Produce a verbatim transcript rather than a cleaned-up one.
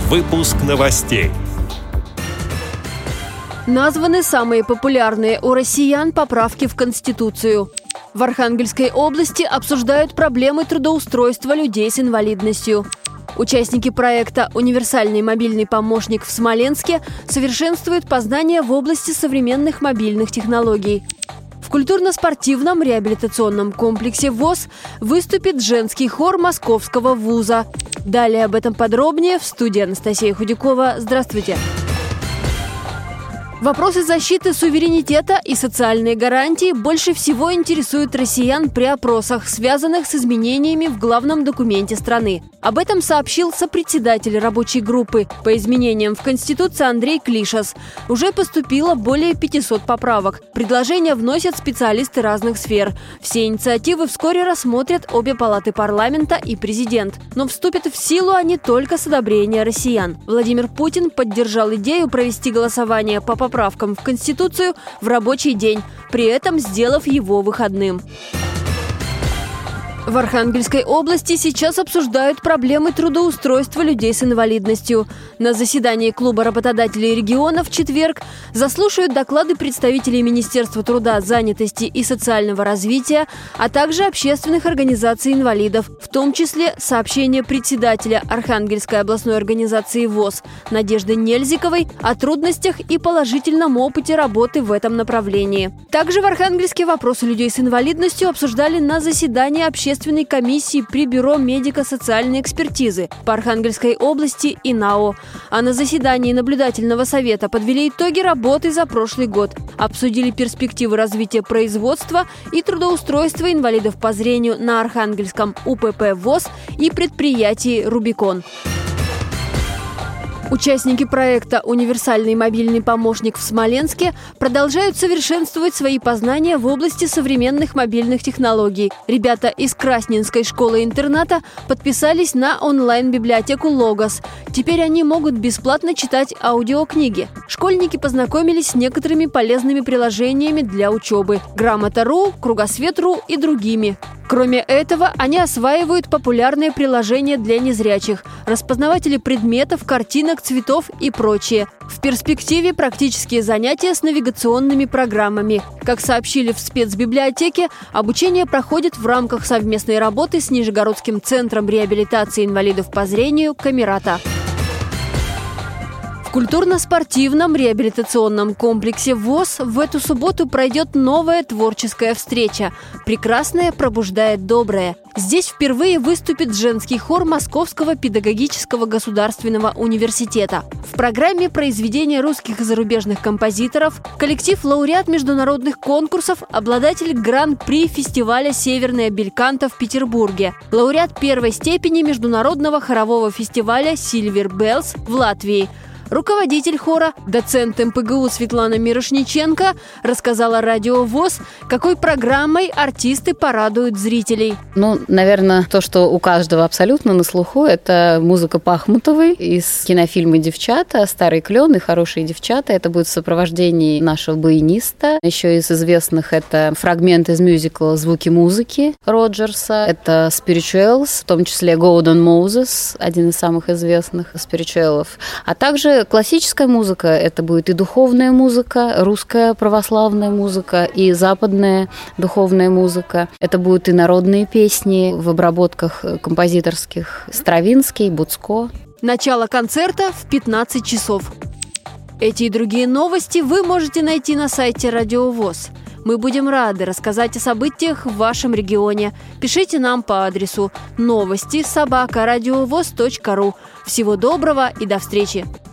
Выпуск новостей. Названы самые популярные у россиян поправки в Конституцию. В Архангельской области обсуждают проблемы трудоустройства людей с инвалидностью. Участники проекта «Универсальный мобильный помощник» в Смоленске совершенствуют познания в области современных мобильных технологий. В культурно-спортивном реабилитационном комплексе ВОС выступит женский хор Московского вуза. Далее об этом подробнее в студии Анастасия Худякова. Здравствуйте! Вопросы защиты суверенитета и социальные гарантии больше всего интересуют россиян при опросах, связанных с изменениями в главном документе страны. Об этом сообщил сопредседатель рабочей группы по изменениям в Конституции Андрей Клишас. Уже поступило более пятисот поправок. Предложения вносят специалисты разных сфер. Все инициативы вскоре рассмотрят обе палаты парламента и президент. Но вступят в силу они только с одобрения россиян. Владимир Путин поддержал идею провести голосование по поправкам в Конституцию в рабочий день, при этом сделав его выходным. В Архангельской области сейчас обсуждают проблемы трудоустройства людей с инвалидностью. На заседании клуба работодателей региона в четверг заслушают доклады представителей Министерства труда, занятости и социального развития, а также общественных организаций инвалидов, в том числе сообщение председателя Архангельской областной организации ВОС Надежды Нельзиковой о трудностях и положительном опыте работы в этом направлении. Также в Архангельске вопросы людей с инвалидностью обсуждали на заседании общественной комиссии при Бюро медико-социальной экспертизы по Архангельской области и ИНАО. А на заседании наблюдательного совета подвели итоги работы за прошлый год. Обсудили перспективы развития производства и трудоустройства инвалидов по зрению на Архангельском УПП ВОС и предприятии «Рубикон». Участники проекта «Универсальный мобильный помощник» в Смоленске продолжают совершенствовать свои познания в области современных мобильных технологий. Ребята из Красненской школы-интерната подписались на онлайн-библиотеку «Логос». Теперь они могут бесплатно читать аудиокниги. Школьники познакомились с некоторыми полезными приложениями для учебы – Грамота точка ру, Кругосвет точка ру и другими. Кроме этого, они осваивают популярные приложения для незрячих, распознаватели предметов, картинок, цветов и прочее. В перспективе практические занятия с навигационными программами. Как сообщили в спецбиблиотеке, обучение проходит в рамках совместной работы с Нижегородским центром реабилитации инвалидов по зрению «Камерата». В культурно-спортивном реабилитационном комплексе ВОС в эту субботу пройдет новая творческая встреча «Прекрасное пробуждает доброе». Здесь впервые выступит женский хор Московского педагогического государственного университета. В программе произведения русских и зарубежных композиторов, коллектив-лауреат международных конкурсов, обладатель гран-при фестиваля «Северная бельканта» в Петербурге, лауреат первой степени международного хорового фестиваля «Сильвер Беллс» в Латвии. Руководитель хора, доцент эм пэ гэ у Светлана Мирошниченко рассказала радио ВОС, какой программой артисты порадуют зрителей. Ну, наверное, то, что у каждого абсолютно на слуху, это музыка Пахмутовой из кинофильма «Девчата», «Старый клен» и «Хорошие девчата». Это будет в сопровождении нашего баяниста. Еще из известных это фрагмент из мюзикла «Звуки музыки» Роджерса. Это Spirituals, в том числе Golden Moses, один из самых известных спиричуэлов. А также классическая музыка, это будет и духовная музыка, русская православная музыка, и западная духовная музыка. Это будут и народные песни в обработках композиторских Стравинский, Буцко. Начало концерта в пятнадцать часов. Эти и другие новости вы можете найти на сайте Радио ВОС. Мы будем рады рассказать о событиях в вашем регионе. Пишите нам по адресу новости собака радиовос точка ру. Всего доброго и до встречи!